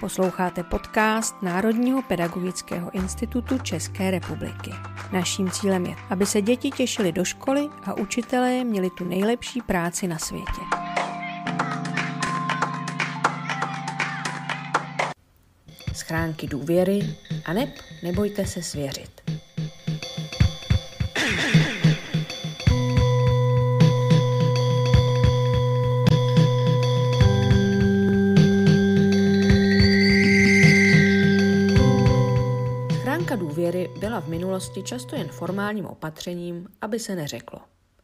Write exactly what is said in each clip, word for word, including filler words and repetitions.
Posloucháte podcast Národního pedagogického institutu České republiky. Naším cílem je, aby se děti těšily do školy a učitelé měli tu nejlepší práci na světě. Schránky důvěry a neb nebojte se svěřit. Schránka důvěry byla v minulosti často jen formálním opatřením, aby se neřeklo.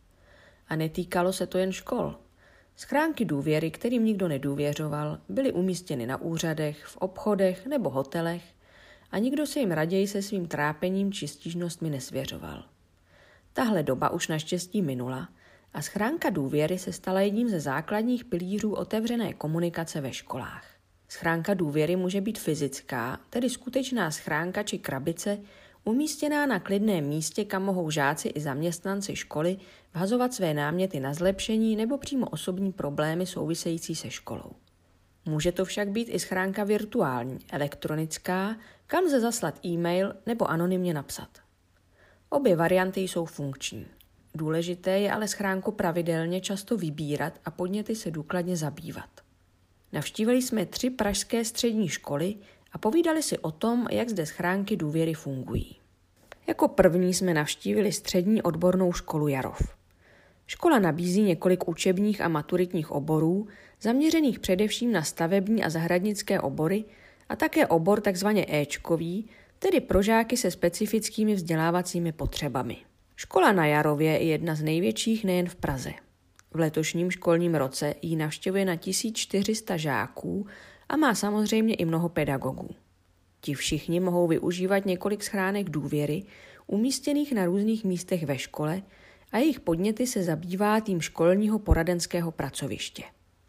A netýkalo se to jen škol. Schránky důvěry, kterým nikdo nedůvěřoval, byly umístěny na úřadech, v obchodech nebo hotelech a nikdo se jim raději se svým trápením či stížnostmi nesvěřoval. Tahle doba už naštěstí minula a schránka důvěry se stala jedním ze základních pilířů otevřené komunikace ve školách. Schránka důvěry může být fyzická, tedy skutečná schránka či krabice, umístěná na klidném místě, kam mohou žáci i zaměstnanci školy vhazovat své náměty na zlepšení nebo přímo osobní problémy související se školou. Může to však být i schránka virtuální, elektronická, kam lze zaslat e-mail nebo anonymně napsat. Obě varianty jsou funkční. Důležité je ale schránku pravidelně často vybírat a podněty se důkladně zabývat. Navštívili jsme tři pražské střední školy a povídali si o tom, jak zde schránky důvěry fungují. Jako první jsme navštívili střední odbornou školu Jarov. Škola nabízí několik učebních a maturitních oborů, zaměřených především na stavební a zahradnické obory a také obor takzvaně éčkový, tedy pro žáky se specifickými vzdělávacími potřebami. Škola na Jarově je jedna z největších nejen v Praze. V letošním školním roce ji navštěvuje na tisíc čtyři sta žáků a má samozřejmě i mnoho pedagogů. Ti všichni mohou využívat několik schránek důvěry, umístěných na různých místech ve škole a jejich podněty se zabývá tým školního poradenského pracoviště.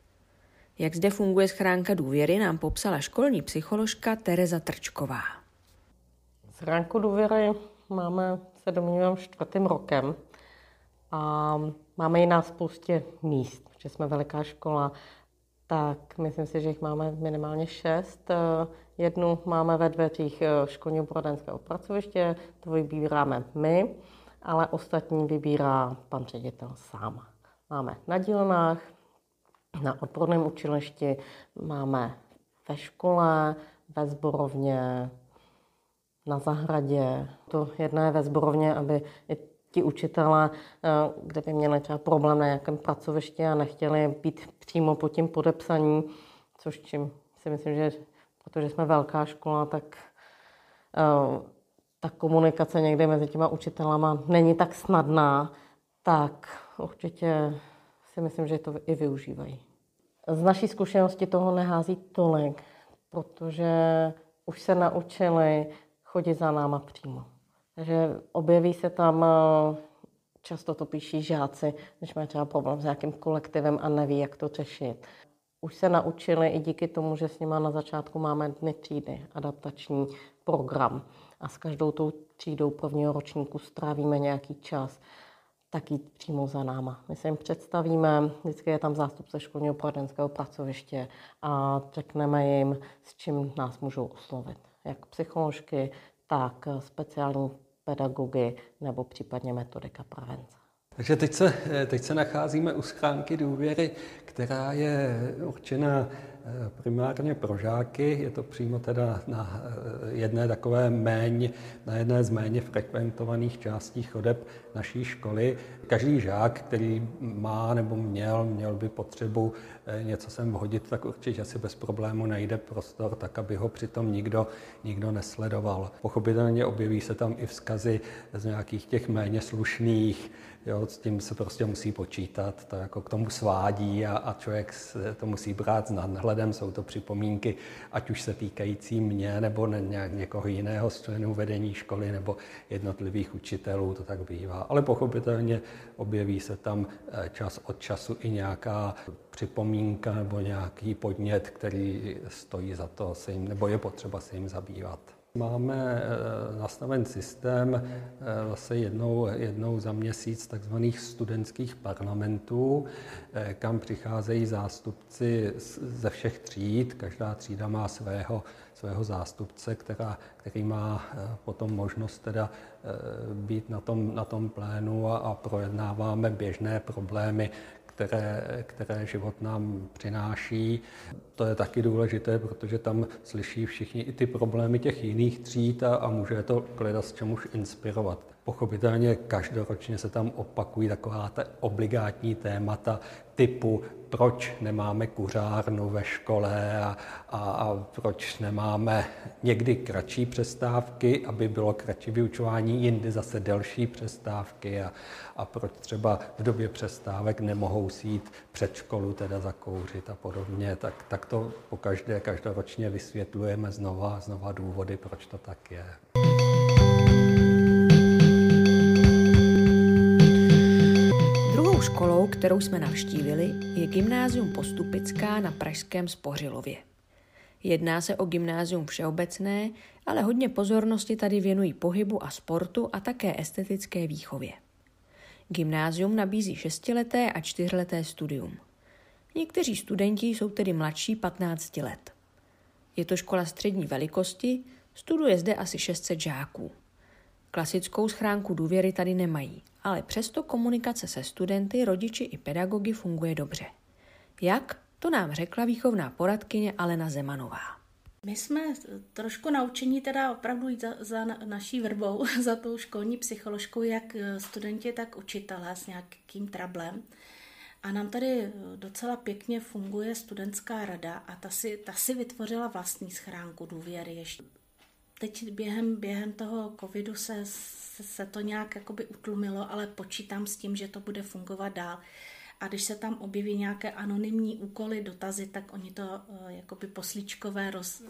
Jak zde funguje schránka důvěry, nám popsala školní psycholožka Tereza Trčková. Schránku důvěry máme, se domnívám, čtvrtým rokem a máme ji na spoustě míst, protože jsme veliká škola, tak myslím si, že jich máme minimálně šest. Jednu máme ve dveřích školního poradenského pracoviště, to vybíráme my, ale ostatní vybírá pan ředitel sám. Máme na dílnách, na odborném učilišti, máme ve škole, ve sborovně, na zahradě. To jedno je ve sborovně, aby i ti učitelé, kdyby měli třeba problém na nějakém pracovišti a nechtěli být přímo pod tím podepsaní, což čím si myslím, že protože jsme velká škola, tak uh, ta komunikace někdy mezi těma učitelama není tak snadná, tak určitě si myslím, že to i využívají. Z naší zkušenosti toho nehází tolik, protože už se naučili chodit za náma přímo. Takže objeví se tam, často to píší žáci, když mají třeba problém s nějakým kolektivem a neví, jak to řešit. Už se naučili i díky tomu, že s nima na začátku máme dny třídy, adaptační program. A s každou tou třídou prvního ročníku strávíme nějaký čas, tak jít přímo za náma. My se jim představíme, vždycky je tam zástupce školního poradenského pracoviště a řekneme jim, s čím nás můžou oslovit. Jak psycholožky, tak speciální pedagogy nebo případně metodika prevence. Takže teď se, teď se nacházíme u schránky důvěry, která je určena primárně pro žáky. Je to přímo teda na jedné takové méně, na jedné z méně frekventovaných částí chodeb naší školy. Každý žák, který má nebo měl, měl by potřebu něco sem vhodit, tak určitě si bez problému najde prostor, tak aby ho přitom nikdo, nikdo nesledoval. Pochopitelně objeví se tam i vzkazy z nějakých těch méně slušných, jo, s tím se prostě musí počítat, to jako k tomu svádí a, a člověk to musí brát s nadhledem, jsou to připomínky, ať už se týkající mě nebo ne, nějak někoho jiného z členů vedení školy nebo jednotlivých učitelů, to tak bývá. Ale pochopitelně objeví se tam čas od času i nějaká připomínka nebo nějaký podnět, který stojí za to se jim, nebo je potřeba se jim zabývat. Máme nastaven systém zase jednou, jednou za měsíc takzvaných studentských parlamentů, kam přicházejí zástupci ze všech tříd. Každá třída má svého, svého zástupce, která, který má potom možnost teda být na tom, na tom plénu a, a projednáváme běžné problémy, Které, které život nám přináší. To je taky důležité, protože tam slyší všichni i ty problémy těch jiných tříd a, a může to klida s čemuž inspirovat. Pochopitelně každoročně se tam opakují taková ta obligátní témata typu, proč nemáme kuřárnu ve škole a, a, a proč nemáme někdy kratší přestávky, aby bylo kratší vyučování, jindy zase delší přestávky a, a proč třeba v době přestávek nemohou si jít před školu teda zakouřit a podobně. Tak, tak to pokaždé každoročně vysvětlujeme znova, znova důvody, proč to tak je. Školou, kterou jsme navštívili, je Gymnázium Postupická na pražském Spořilově. Jedná se o gymnázium všeobecné, ale hodně pozornosti tady věnují pohybu a sportu a také estetické výchově. Gymnázium nabízí šestileté a čtyřleté studium. Někteří studenti jsou tedy mladší patnácti let. Je to škola střední velikosti, studuje zde asi šest set žáků. Klasickou schránku důvěry tady nemají, ale přesto komunikace se studenty, rodiči i pedagogy funguje dobře. Jak? To nám řekla výchovná poradkyně Alena Zemanová. My jsme trošku naučení teda opravdu jít za, za naší vrbou, za tou školní psycholožkou, jak studenti, tak učitelé s nějakým trablem. A nám tady docela pěkně funguje studentská rada a ta si, ta si vytvořila vlastní schránku důvěry ještě. Teď během, během toho covidu se, se, se to nějak jakoby utlumilo, ale počítám s tím, že to bude fungovat dál. A když se tam objeví nějaké anonymní úkoly, dotazy, tak oni to uh, jakoby poslíčkové roz,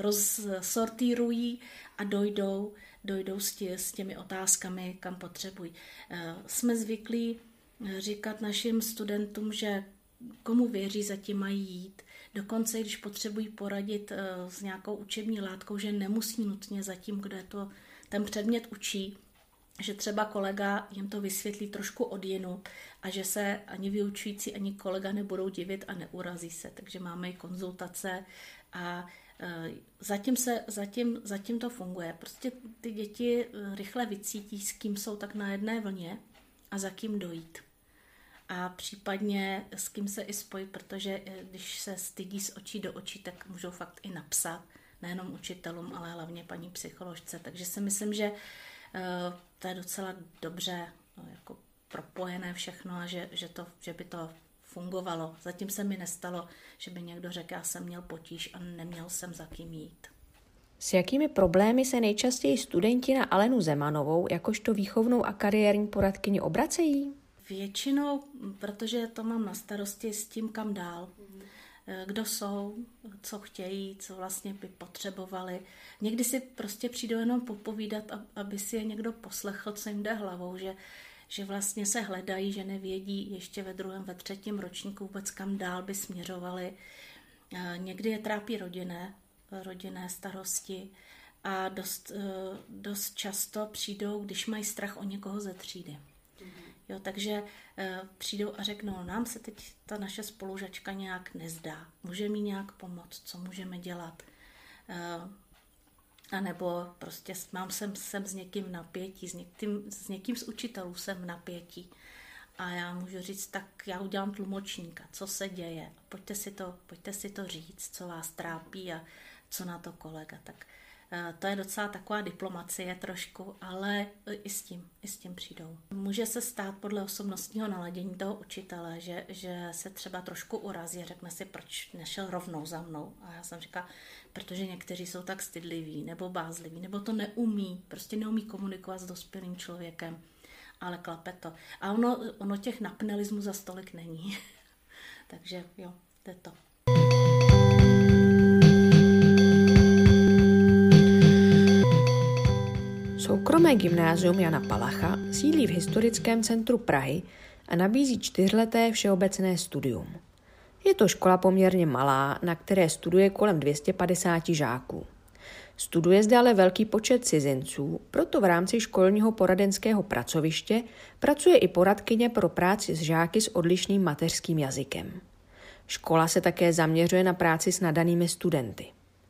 rozsortírují a dojdou, dojdou s, tě, s těmi otázkami, kam potřebují. Uh, jsme zvyklí říkat našim studentům, že komu věří, zatím mají jít. Dokonce, když potřebují poradit uh, s nějakou učební látkou, že nemusí nutně za tím, kdo je to, ten předmět učí, že třeba kolega jim to vysvětlí trošku odjinud a že se ani vyučující, ani kolega nebudou divit a neurazí se. Takže máme i konzultace a uh, zatím, se, zatím, zatím to funguje. Prostě ty děti rychle vycítí, s kým jsou tak na jedné vlně a za kým dojít. A případně s kým se i spojit, protože když se stydí z očí do očí, tak můžou fakt i napsat, nejenom učitelům, ale hlavně paní psycholožce. Takže si myslím, že to je docela dobře no, jako propojené všechno a že, že, to, že by to fungovalo. Zatím se mi nestalo, že by někdo řekl, já jsem měl potíž a neměl jsem za kým jít. S jakými problémy se nejčastěji studenti na Alenu Zemanovou, jakožto výchovnou a kariérní poradkyni, obracejí? Většinou, protože to mám na starosti s tím, kam dál. Kdo jsou, co chtějí, co vlastně by potřebovali. Někdy si prostě přijdou jenom popovídat, aby si je někdo poslechl, co jim jde hlavou, že, že vlastně se hledají, že nevědí ještě ve druhém, ve třetím ročníku vůbec kam dál by směřovali. Někdy je trápí rodinné, rodinné starosti a dost, dost často přijdou, když mají strach o někoho ze třídy. Jo, takže e, přijdou a řeknou, nám se teď ta naše spolužačka nějak nezdá, může mi nějak pomoct, co můžeme dělat. E, a nebo prostě mám sem, sem s někým v napětí, s někým, s někým z učitelů jsem v napětí. A já můžu říct, tak já udělám tlumočníka, co se děje. Pojďte si to, pojďte si to říct, co vás trápí a co na to kolega. Tak to je docela taková diplomacie trošku, ale i s tím, i s tím přijdou. Může se stát podle osobnostního naladění toho učitele, že, že se třeba trošku urazí, řekne si, proč nešel rovnou za mnou. A já jsem říkala, protože někteří jsou tak stydliví, nebo bázliví, nebo to neumí, prostě neumí komunikovat s dospělým člověkem, ale klape to. A ono, ono těch napnelismů za stolik není. Takže jo, to je to. Soukromé gymnázium Jana Palacha sídlí v historickém centru Prahy a nabízí čtyřleté všeobecné studium. Je to škola poměrně malá, na které studuje kolem dvě stě padesát žáků. Studuje zde ale velký počet cizinců, proto v rámci školního poradenského pracoviště pracuje i poradkyně pro práci s žáky s odlišným mateřským jazykem. Škola se také zaměřuje na práci s nadanými studenty.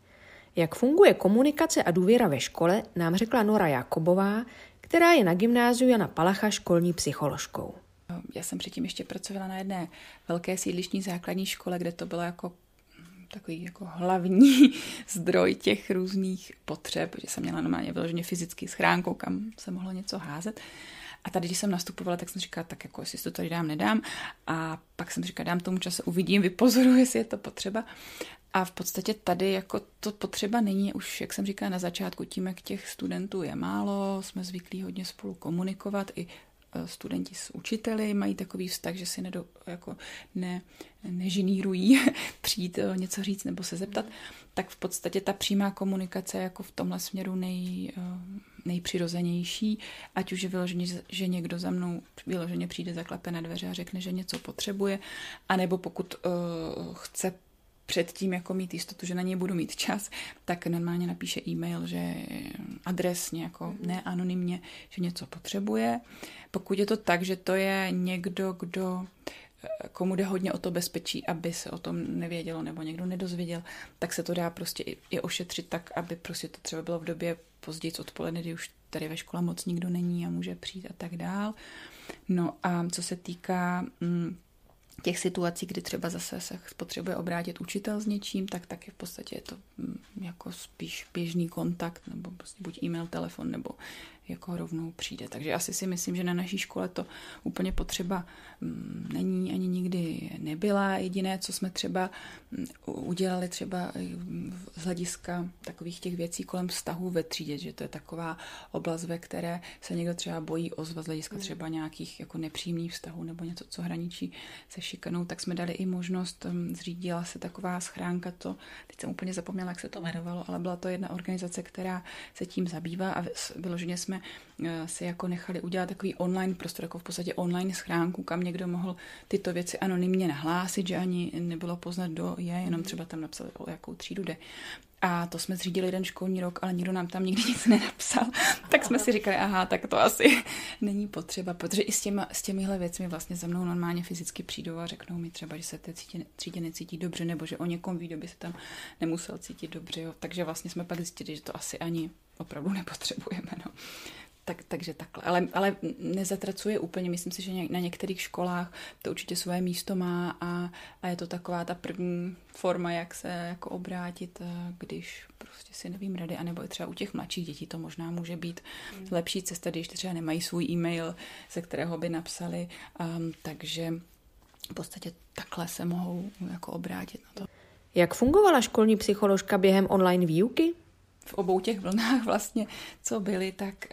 Jak funguje komunikace a důvěra ve škole, nám řekla Nora Jakobová, která je na gymnáziu Jana Palacha školní psycholožkou. Já jsem předtím ještě pracovala na jedné velké sídlištní základní škole, kde to bylo jako takový jako hlavní zdroj těch různých potřeb, že jsem měla normálně vyloženě fyzický schránku, kam se mohlo něco házet. A tady, když jsem nastupovala, tak jsem říkala, tak jako jestli to tady dám, nedám. A pak jsem říkala, dám tomu čase, uvidím, vypozoruji, jestli je to potřeba. A v podstatě tady jako to potřeba není, už jak jsem říkala na začátku, tím, jak těch studentů je málo, jsme zvyklí hodně spolu komunikovat, i studenti s učiteli mají takový vztah, že si nedo, jako ne, nežinírují přijít něco říct nebo se zeptat, tak v podstatě ta přímá komunikace jako v tomhle směru nej, nejpřirozenější, ať už je vyloženě, že někdo za mnou vyloženě přijde, zaklepe na dveře a řekne, že něco potřebuje, anebo pokud uh, chce předtím jako mít jistotu, že na něj budu mít čas, tak normálně napíše e-mail, že adresně, jako ne anonymně, že něco potřebuje. Pokud je to tak, že to je někdo, kdo komu jde hodně o to bezpečí, aby se o tom nevědělo nebo někdo nedozvěděl, tak se to dá prostě i, i ošetřit tak, aby prostě to třeba bylo v době později odpoledne, kdy už tady ve škole moc nikdo není a může přijít a tak dál. No a co se týká mm, těch situací, kdy třeba zase se potřebuje obrátit učitel s něčím, tak taky v podstatě je to jako spíš běžný kontakt, nebo prostě buď e-mail, telefon, nebo jako rovnou přijde. Takže asi si myslím, že na naší škole to úplně potřeba není, ani nikdy nebyla. Jediné, co jsme třeba udělali třeba z hlediska takových těch věcí kolem vztahů ve třídě, že to je taková oblast, ve které se někdo třeba bojí ozvat z hlediska třeba nějakých jako nepříjemných vztahů nebo něco, co hraničí se šikanou, tak jsme dali i možnost, zřídila se taková schránka, to, teď jsem úplně zapomněla, jak se to jmenovalo, ale byla to jedna organizace, která se tím zabývá a vyloženě jsme si jako nechali udělat takový online prostor, jako v podstatě online schránku, kam někdo mohl tyto věci anonymně nahlásit, že ani nebylo poznat, kdo je, jenom třeba tam napsal, o jakou třídu jde. A to jsme zřídili jeden školní rok, ale nikdo nám tam nikdy nic nenapsal. Tak jsme si říkali, aha, tak to asi není potřeba, protože i s, těma, s těmihle věcmi vlastně za mnou normálně fyzicky přijdou a řeknou mi třeba, že se té třídě necítí dobře, nebo že o někom ví, kdo by se tam nemusel cítit dobře. Jo. Takže vlastně jsme pak zjistili, že to asi ani opravdu nepotřebujeme. No. Tak, takže takhle. Ale, ale nezatracuje úplně. Myslím si, že na některých školách to určitě svoje místo má a, a je to taková ta první forma, jak se jako obrátit, když prostě si nevím rady, anebo i třeba u těch mladších dětí to možná může být mm. lepší cesta, když třeba nemají svůj e-mail, ze kterého by napsali. Um, takže v podstatě takhle se mohou jako obrátit na to. Jak fungovala školní psycholožka během online výuky? V obou těch vlnách vlastně, co byly, tak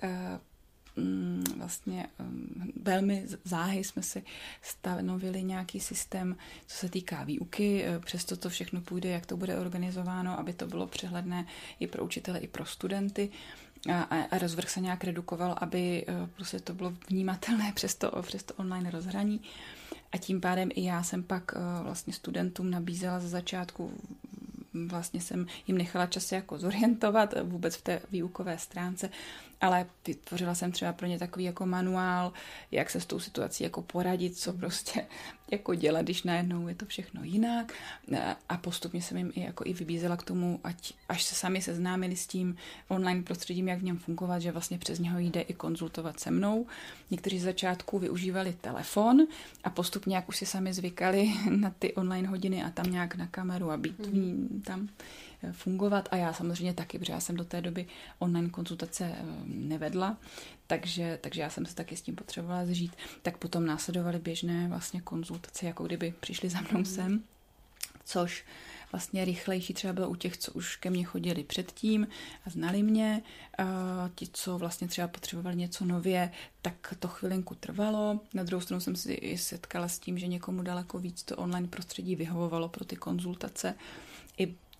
uh, vlastně um, velmi záhy jsme si stanovili nějaký systém, co se týká výuky, přesto to všechno půjde, jak to bude organizováno, aby to bylo přehledné i pro učitele, i pro studenty. A, a rozvrh se nějak redukoval, aby uh, prostě to bylo vnímatelné přes to, přes to online rozhraní. A tím pádem i já jsem pak uh, vlastně studentům nabízela ze začátku, vlastně jsem jim nechala čas jako zorientovat vůbec v té výukové stránce, ale vytvořila jsem třeba pro ně takový jako manuál, jak se s tou situací jako poradit, co prostě jako dělat, když najednou je to všechno jinak. A postupně jsem jim i, jako i vybízela k tomu, ať až se sami seznámili s tím online prostředím, jak v něm fungovat, že vlastně přes něho jde i konzultovat se mnou. Někteří z začátku využívali telefon a postupně, jak už si sami zvykali na ty online hodiny a tam nějak na kameru a být mm. tam fungovat. A já samozřejmě taky, protože já jsem do té doby online konzultace nevedla, takže, takže já jsem se taky s tím potřebovala zžít. Tak potom následovaly běžné vlastně konzultace, jako kdyby přišli za mnou sem, což vlastně rychlejší třeba bylo u těch, co už ke mně chodili předtím a znali mě. Ti, co vlastně třeba potřebovali něco nově, tak to chvilinku trvalo. Na druhou stranu jsem si i setkala s tím, že někomu daleko víc to online prostředí vyhovovalo pro ty konzultace. I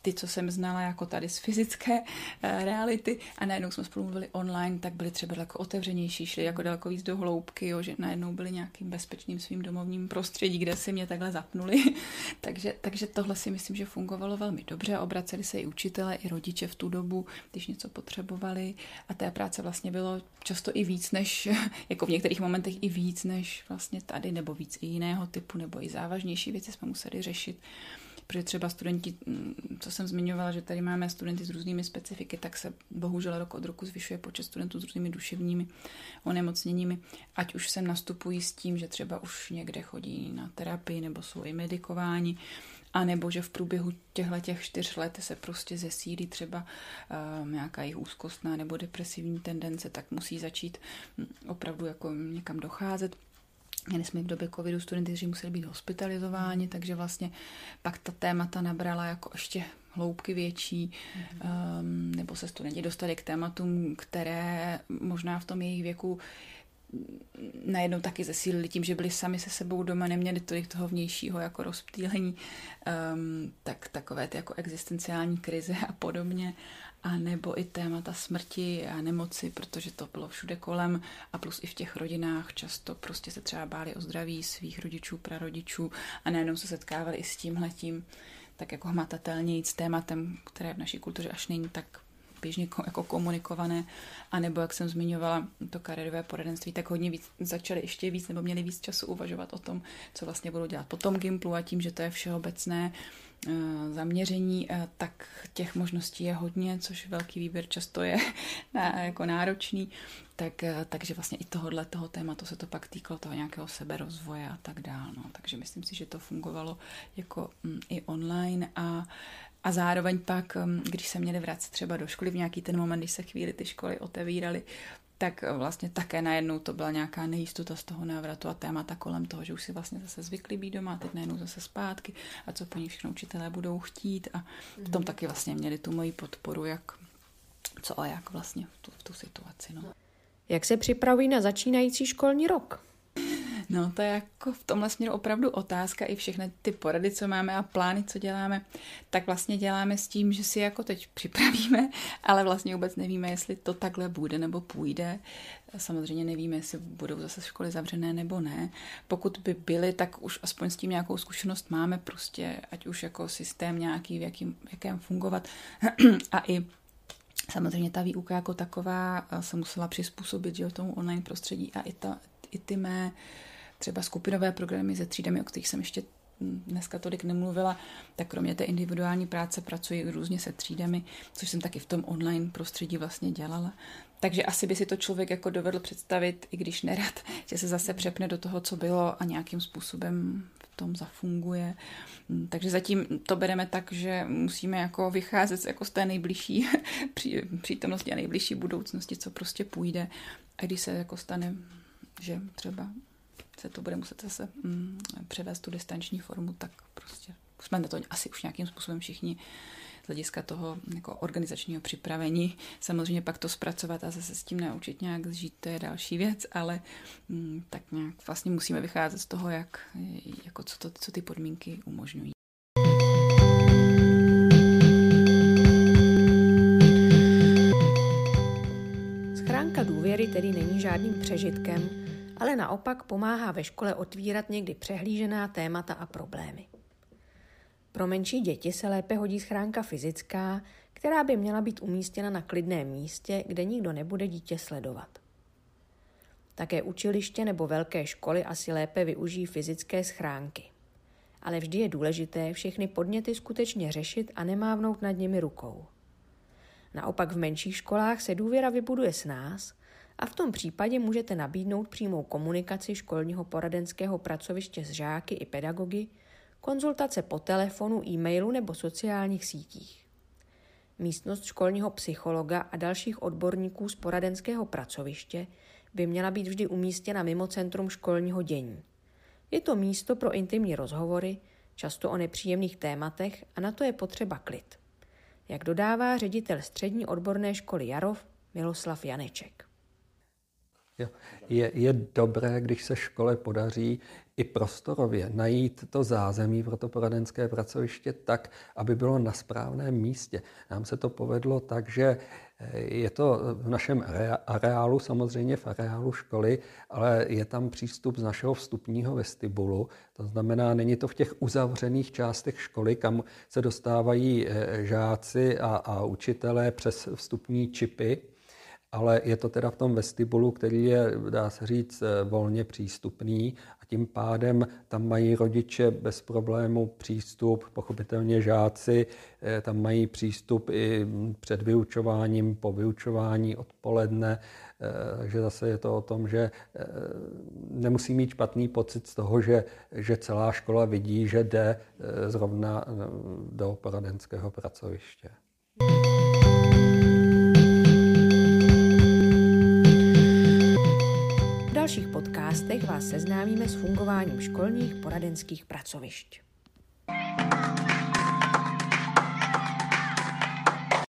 ty, co jsem znala jako tady z fyzické e, reality a najednou jsme spolu mluvili online, tak byli třeba daleko otevřenější, šli jako daleko víc do hloubky, jo, že najednou byli nějakým bezpečným svým domovním prostředí, kde si mě takhle zapnuli. takže, takže tohle si myslím, že fungovalo velmi dobře. Obraceli se i učitelé, i rodiče v tu dobu, když něco potřebovali a té práce vlastně bylo často i víc než, jako v některých momentech i víc než vlastně tady, nebo víc i jiného typu, nebo i závažnější věci jsme museli řešit. Protože třeba studenti, co jsem zmiňovala, že tady máme studenty s různými specifiky, tak se bohužel rok od roku zvyšuje počet studentů s různými duševními onemocněními. Ať už sem nastupují s tím, že třeba už někde chodí na terapii nebo jsou i medikováni, a nebo že v průběhu těchto těch čtyř let se prostě zesílí třeba uh, nějaká jejich úzkostná nebo depresivní tendence, tak musí začít opravdu jako někam docházet. Měli jsme v době covidu studenty, kteří museli být hospitalizováni, takže vlastně pak ta témata nabrala jako ještě hloubky větší, um, nebo se studenti dostali k tématům, které možná v tom jejich věku najednou taky zesílili tím, že byli sami se sebou doma, neměli tolik toho vnějšího jako rozptýlení, um, tak takové ty jako existenciální krize a podobně. A nebo i témata smrti a nemoci, protože to bylo všude kolem a plus i v těch rodinách často prostě se třeba báli o zdraví svých rodičů, prarodičů a najednou se setkávali i s tímhletím tak jako hmatatelněji s tématem, které v naší kultuře až není tak běžně jako komunikované, a nebo jak jsem zmiňovala to kariérové poradenství, tak hodně víc, začali ještě víc nebo měli víc času uvažovat o tom, co vlastně budou dělat po tom gymplu a tím, že to je všeobecné zaměření, tak těch možností je hodně, což velký výběr často je jako náročný, tak, takže vlastně i tohohle toho tématu se to pak týkalo toho nějakého seberozvoje a tak dál. No. Takže myslím si, že to fungovalo jako mm, i online a A zároveň pak, když se měli vracet třeba do školy v nějaký ten moment, když se chvíli ty školy otevíraly, tak vlastně také najednou to byla nějaká nejistota z toho návratu a témata kolem toho, že už si vlastně zase zvykli být doma a teď najednou zase zpátky a co po ní všechno učitelé budou chtít a v tom taky vlastně měli tu moji podporu, jak co a jak vlastně v tu, v tu situaci. No. Jak se připravují na začínající školní rok? No to je jako v tomhle směru opravdu otázka, i všechny ty porady, co máme a plány, co děláme, tak vlastně děláme s tím, že si jako teď připravíme, ale vlastně vůbec nevíme, jestli to takhle bude nebo půjde. Samozřejmě nevíme, jestli budou zase školy zavřené nebo ne. Pokud by byly, tak už aspoň s tím nějakou zkušenost máme prostě, ať už jako systém nějaký, v jakým, v jakém fungovat a i samozřejmě ta výuka jako taková se musela přizpůsobit, že, tomu online prostředí a i, ta, i ty mé třeba skupinové programy se třídami, o kterých jsem ještě dneska tolik nemluvila, tak kromě té individuální práce pracuji různě se třídami, což jsem taky v tom online prostředí vlastně dělala. Takže asi by si to člověk jako dovedl představit, i když nerad, že se zase přepne do toho, co bylo a nějakým způsobem v tom zafunguje. Takže zatím to bereme tak, že musíme jako vycházet jako z té nejbližší přítomnosti a nejbližší budoucnosti, co prostě půjde. A když se jako stane, že třeba se to bude muset zase mm, převést tu distanční formu, tak prostě jsme na to asi už nějakým způsobem všichni z hlediska toho jako organizačního připravení. Samozřejmě pak to zpracovat a zase s tím naučit nějak žít, to je další věc, ale mm, tak nějak vlastně musíme vycházet z toho, jak, jako co, to, co ty podmínky umožňují. Schránka důvěry tedy není žádným přežitkem, ale naopak pomáhá ve škole otvírat někdy přehlížená témata a problémy. Pro menší děti se lépe hodí schránka fyzická, která by měla být umístěna na klidném místě, kde nikdo nebude dítě sledovat. Také učiliště nebo velké školy asi lépe využijí fyzické schránky. Ale vždy je důležité všechny podněty skutečně řešit a nemávnout nad nimi rukou. Naopak v menších školách se důvěra vybuduje s nás a v tom případě můžete nabídnout přímou komunikaci školního poradenského pracoviště s žáky i pedagogy, konzultace po telefonu, e-mailu nebo sociálních sítích. Místnost školního psychologa a dalších odborníků z poradenského pracoviště by měla být vždy umístěna mimo centrum školního dění. Je to místo pro intimní rozhovory, často o nepříjemných tématech, a na to je potřeba klid. Jak dodává ředitel střední odborné školy Jarov Miloslav Janeček. Jo. Je, je dobré, když se škole podaří i prostorově najít to zázemí pro to poradenské pracoviště tak, aby bylo na správném místě. Nám se to povedlo tak, že je to v našem areálu, samozřejmě v areálu školy, ale je tam přístup z našeho vstupního vestibulu. To znamená, není to v těch uzavřených částech školy, kam se dostávají žáci a, a učitelé přes vstupní čipy, ale je to teda v tom vestibulu, který je, dá se říct, volně přístupný a tím pádem tam mají rodiče bez problému přístup, pochopitelně žáci tam mají přístup i před vyučováním, po vyučování, odpoledne, takže zase je to o tom, že nemusí mít špatný pocit z toho, že, že celá škola vidí, že jde zrovna do poradenského pracoviště. V dalších podcastech vás seznámíme s fungováním školních poradenských pracovišť.